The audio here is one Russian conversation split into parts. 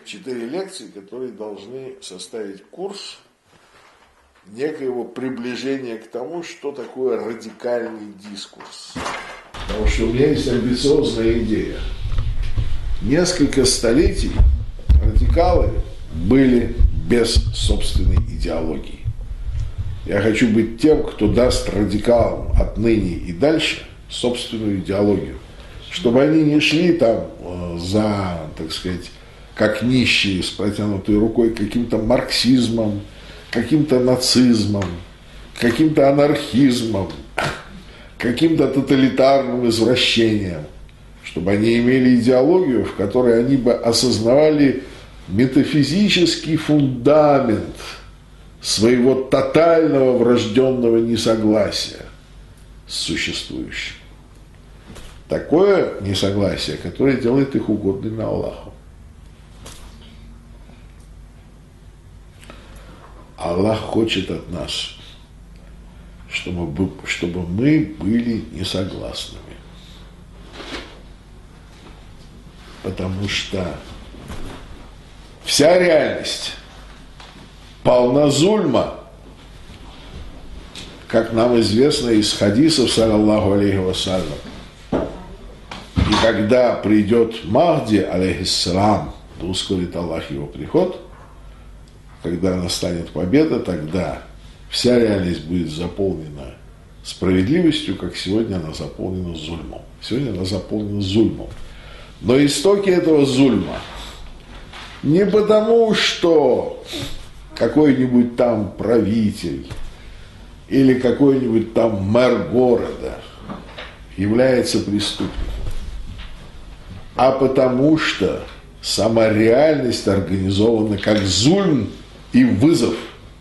4 лекции, которые должны составить курс некоего приближения к тому, что такое радикальный дискурс. Потому что у меня есть амбициозная идея. Несколько столетий радикалы были без собственной идеологии. Я хочу быть тем, кто даст радикалам отныне и дальше собственную идеологию. Чтобы они не шли там за, так сказать, как нищие с протянутой рукой каким-то марксизмом, каким-то нацизмом, каким-то анархизмом, каким-то тоталитарным извращением. Чтобы они имели идеологию, в которой они бы осознавали метафизический фундамент своего тотального врожденного несогласия с существующим. Такое несогласие, которое делает их угодными Аллаху. Аллах хочет от нас, чтобы мы были несогласными. Потому что вся реальность полна зульма, как нам известно из хадисов, саллаллаху алейхи вассалям. И когда придет Махди, алейхиссалам, да ускорит Аллах его приход, когда настанет победа, тогда вся реальность будет заполнена справедливостью, как сегодня она заполнена зульмом. Сегодня она заполнена зульмом. Но истоки этого зульма не потому, что какой-нибудь там правитель или какой-нибудь там мэр города является преступником, а потому что сама реальность организована как зульм и вызов,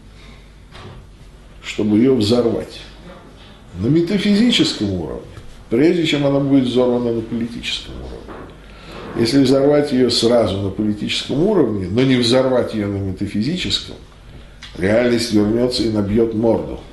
чтобы ее взорвать на метафизическом уровне, прежде чем она будет взорвана на политическом уровне. Если взорвать ее сразу на политическом уровне, но не взорвать ее на метафизическом, реальность вернется и набьет морду